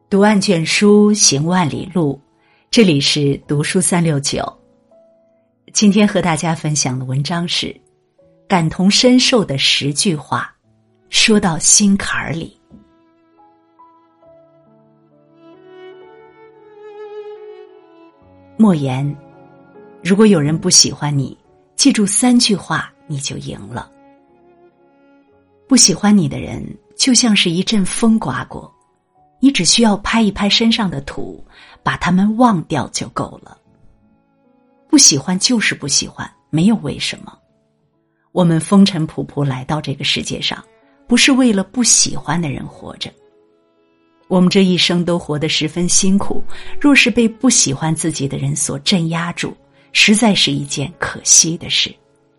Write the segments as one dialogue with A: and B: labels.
A: 读万卷书，行万里路。这里是读书369。今天和大家分享的文章是感同身受的10句话，说到心坎儿里。莫言，如果有人不喜欢你，记住3句话，你就赢了。不喜欢你的人，就像是一阵风刮过，你只需要拍一拍身上的土，把他们忘掉就够了。不喜欢就是不喜欢，没有为什么。我们风尘仆仆来到这个世界上，不是为了不喜欢的人活着。我们这一生都活得十分辛苦，若是被不喜欢自己的人所镇压住，实在是一件可惜的事。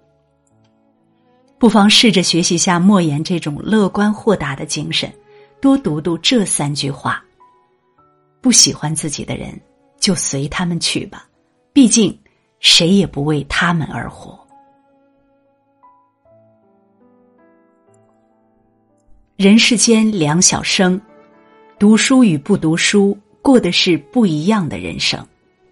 A: 不妨试着学习下莫言这种乐观豁达的精神，多读读这3句话。不喜欢自己的人，就随他们去吧，毕竟谁也不为他们而活。人世间两小生，读书与不读书，过的是不一样的人生。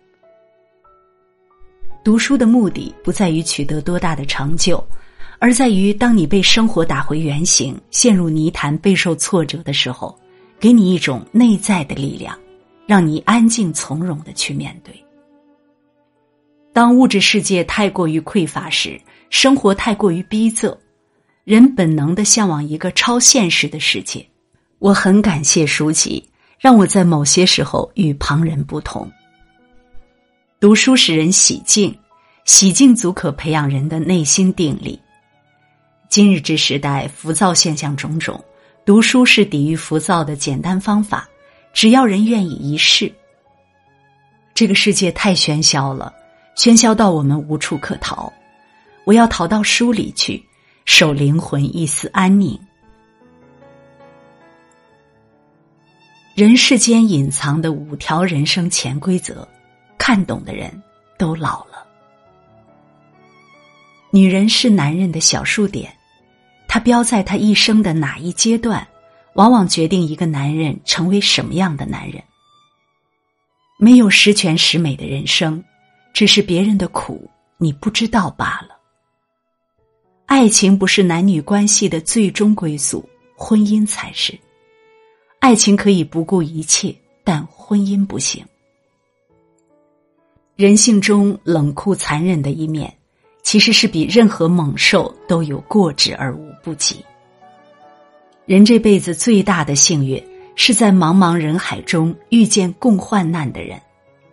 A: 读书的目的不在于取得多大的成就，而在于当你被生活打回原形，陷入泥潭，备受挫折的时候，给你一种内在的力量，让你安静从容地去面对。当物质世界太过于匮乏时，生活太过于逼仄，人本能地向往一个超现实的世界。我很感谢书籍，让我在某些时候与旁人不同。读书使人洗净，洗净足可培养人的内心定力。今日之时代，浮躁现象种种，读书是抵御浮躁的简单方法，只要人愿意一试。这个世界太喧嚣了，喧嚣到我们无处可逃。我要逃到书里去，守灵魂一丝安宁。人世间隐藏的5条人生潜规则，看懂的人都老了。女人是男人的小数点，她标在他一生的哪一阶段，往往决定一个男人成为什么样的男人。没有十全十美的人生，只是别人的苦你不知道罢了。爱情不是男女关系的最终归宿，婚姻才是。爱情可以不顾一切，但婚姻不行。人性中冷酷残忍的一面，其实是比任何猛兽都有过之而无不及。人这辈子最大的幸运，是在茫茫人海中遇见共患难的人。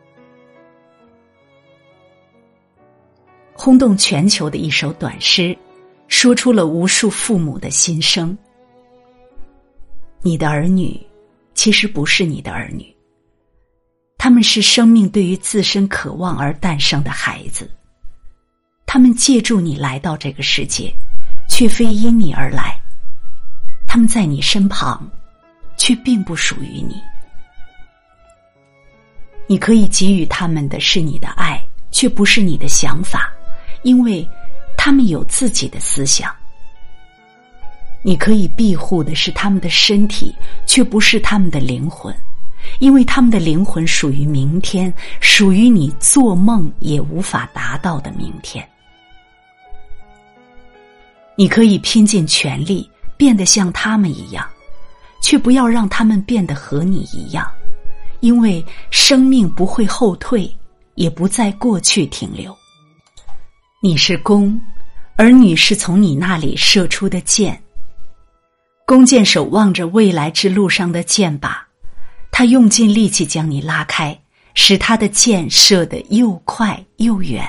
A: 轰动全球的一首短诗，说出了无数父母的心声。你的儿女其实不是你的儿女，他们是生命对于自身渴望而诞生的孩子。他们借助你来到这个世界，却非因你而来。他们在你身旁，却并不属于你。你可以给予他们的是你的爱，却不是你的想法，因为他们有自己的思想。你可以庇护的是他们的身体，却不是他们的灵魂，因为他们的灵魂属于明天，属于你做梦也无法达到的明天。你可以拼尽全力变得像他们一样，却不要让他们变得和你一样，因为生命不会后退，也不在过去停留。你是弓，儿女是从你那里射出的箭。弓箭手望着未来之路上的箭靶，他用尽力气将你拉开，使他的箭射得又快又远。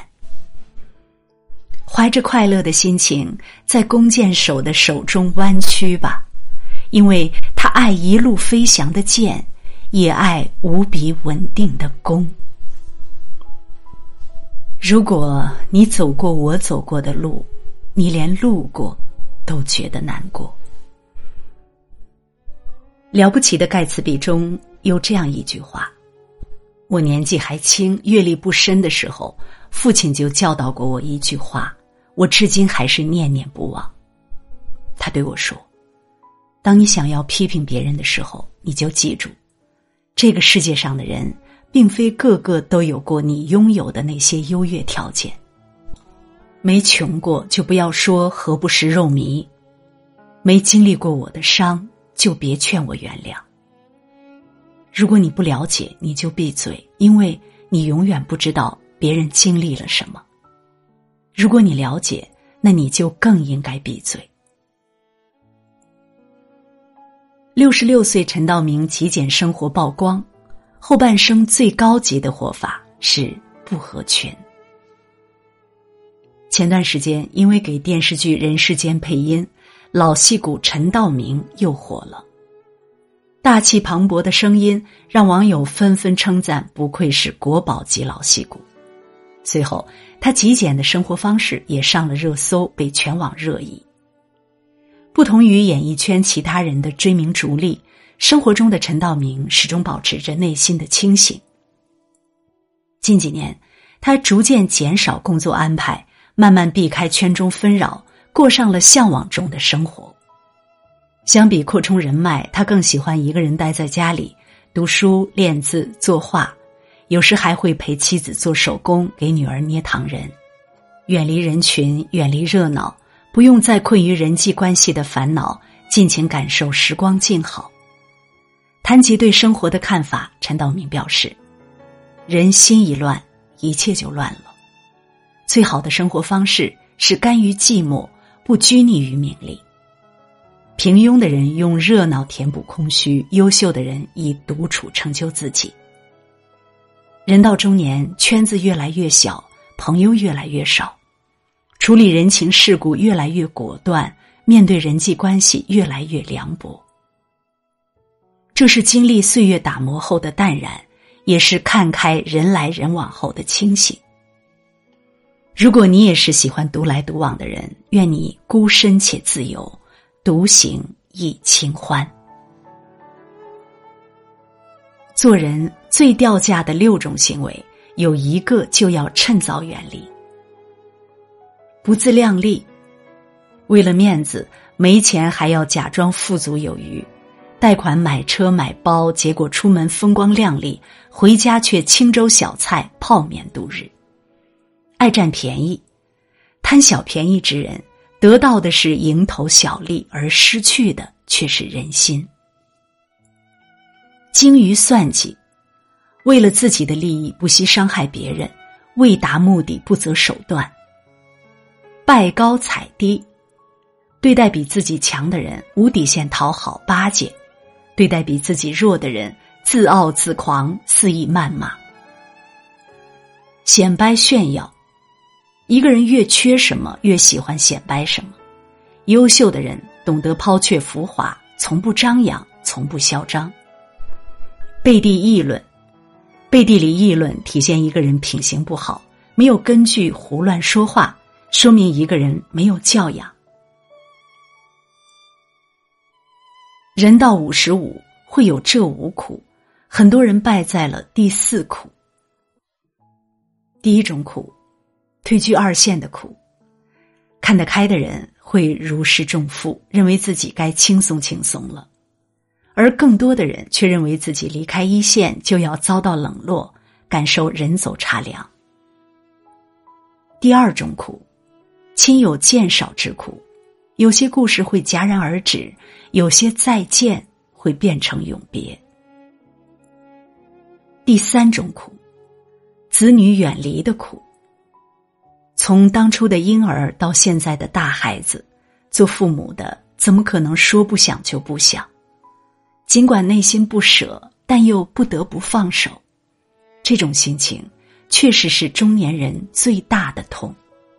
A: 怀着快乐的心情，在弓箭手的手中弯曲吧，因为他爱一路飞翔的箭，也爱无比稳定的弓。如果你走过我走过的路，你连路过都觉得难过。了不起的盖茨比中有这样一句话：我年纪还轻，阅历不深的时候，父亲就教导过我一句话，我至今还是念念不忘。他对我说，当你想要批评别人的时候，你就记住， 这个世界上的人并非个个都有过你拥有的那些优越条件。没穷过就不要说何不食肉糜，没经历过我的伤就别劝我原谅。如果你不了解，你就闭嘴，因为你永远不知道别人经历了什么。如果你了解，那你就更应该闭嘴。66岁陈道明极简生活曝光，后半生最高级的活法是不合群。前段时间因为给电视剧《人世间》配音，老戏骨陈道明又火了。大气磅礴的声音让网友纷纷称赞不愧是国宝级老戏骨。随后他极简的生活方式也上了热搜，被全网热议。不同于演艺圈其他人的追名逐利，生活中的陈道明始终保持着内心的清醒。近几年他逐渐减少工作安排，慢慢避开圈中纷扰，过上了向往中的生活。相比扩充人脉，他更喜欢一个人待在家里，读书、练字、作画，有时还会陪妻子做手工，给女儿捏糖人。远离人群，远离热闹，不用再困于人际关系的烦恼，尽情感受时光静好。谈及对生活的看法，陈道明表示，人心一乱，一切就乱了。最好的生活方式是甘于寂寞，不拘泥于名利。平庸的人用热闹填补空虚，优秀的人以独处成就自己。人到中年，圈子越来越小，朋友越来越少，处理人情世故越来越果断，面对人际关系越来越凉薄。这是经历岁月打磨后的淡然，也是看开人来人往后的清醒。如果你也是喜欢独来独往的人，愿你孤身且自由，独行亦清欢。做人最掉价的6种行为，有一个就要趁早远离。不自量力，为了面子，没钱还要假装富足有余，贷款买车买包，结果出门风光亮丽，回家却清粥小菜泡面度日。爱占便宜，贪小便宜之人得到的是蝇头小利，而失去的却是人心。精于算计，为了自己的利益不惜伤害别人，为达目的不择手段。拜高踩低，对待比自己强的人无底线讨好巴结，对待比自己弱的人自傲自狂，肆意谩骂。显摆炫耀，一个人越缺什么，越喜欢显摆什么。优秀的人懂得抛却浮华，从不张扬，从不嚣张。背地议论，背地里议论体现一个人品行不好，没有根据胡乱说话，说明一个人没有教养。人到55会有这5苦，很多人败在了第4苦。第一种苦，退居2线的苦。看得开的人会如释重负，认为自己该轻松轻松了，而更多的人却认为自己离开1线就要遭到冷落，感受人走茶凉。第2种苦，亲友渐少之苦。有些故事会戛然而止，有些再见会变成永别。第3种苦，子女远离的苦。从当初的婴儿到现在的大孩子，做父母的怎么可能说不想就不想？尽管内心不舍，但又不得不放手。这种心情确实是中年人最大的痛。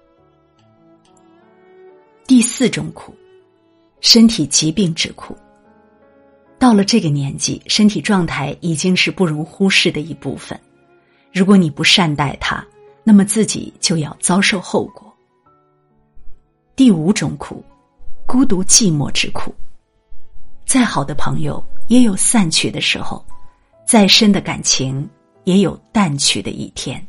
A: 第4种苦，身体疾病之苦。到了这个年纪，身体状态已经是不容忽视的一部分。如果你不善待它，那么自己就要遭受后果。第5种苦，孤独寂寞之苦。再好的朋友也有散去的时候，再深的感情也有淡去的一天。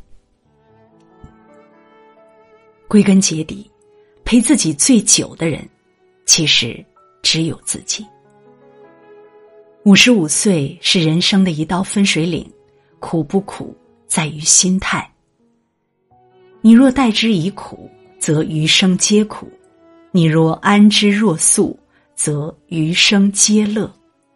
A: 归根结底，陪自己最久的人，其实只有自己。 55岁是人生的一道分水岭，苦不苦在于心态。你若待之以苦，则余生皆苦；你若安之若素，则余生皆乐。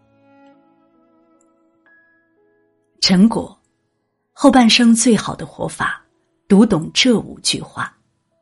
A: 陈果，后半生最好的活法，读懂这5句话。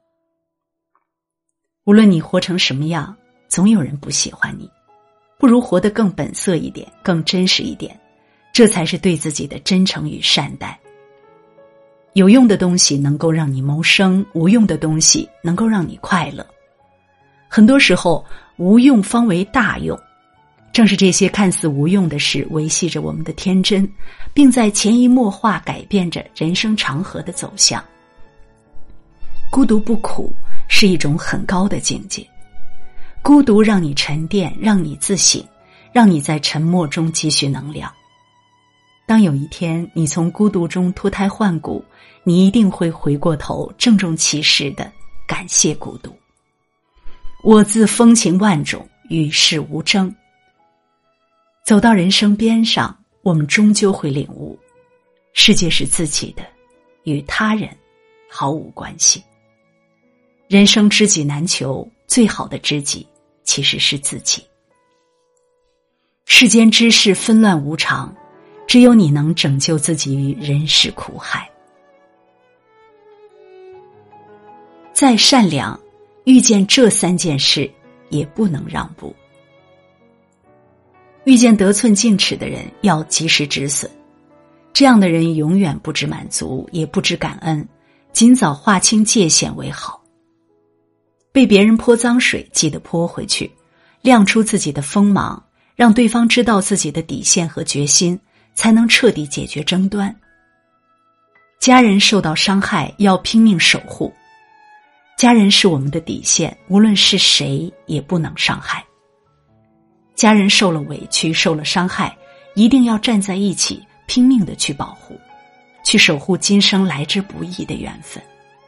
A: 无论你活成什么样，总有人不喜欢你，不如活得更本色一点，更真实一点，这才是对自己的真诚与善待。有用的东西能够让你谋生，无用的东西能够让你快乐。很多时候，无用方为大用，正是这些看似无用的事维系着我们的天真，并在潜移默化改变着人生长河的走向。孤独不苦是一种很高的境界，孤独让你沉淀，让你自省，让你在沉默中积蓄能量。当有一天你从孤独中脱胎换骨，你一定会回过头郑重其事地感谢孤独。我自风情万种，与世无争。走到人生边上，我们终究会领悟，世界是自己的，与他人毫无关系。人生知己难求，最好的知己其实是自己。世间之事纷乱无常，只有你能拯救自己于人世苦海。再善良，遇见这3件事也不能让步。遇见得寸进尺的人，要及时止损。这样的人永远不知满足，也不知感恩，尽早划清界限为好。被别人泼脏水，记得泼回去，亮出自己的锋芒，让对方知道自己的底线和决心，才能彻底解决争端。家人受到伤害，要拼命守护。家人是我们的底线，无论是谁也不能伤害。家人受了委屈，受了伤害，一定要站在一起，拼命地去保护，去守护今生来之不易的缘分。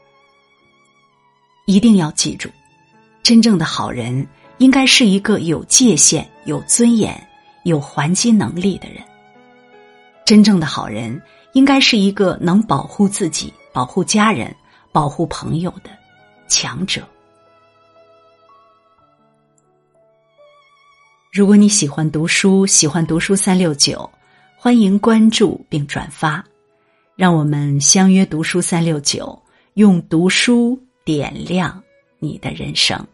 A: 一定要记住，真正的好人应该是一个有界限、有尊严、有还击能力的人。真正的好人应该是一个能保护自己、保护家人、保护朋友的强者。如果你喜欢读书，喜欢读书369，欢迎关注并转发，让我们相约读书369，用读书点亮你的人生。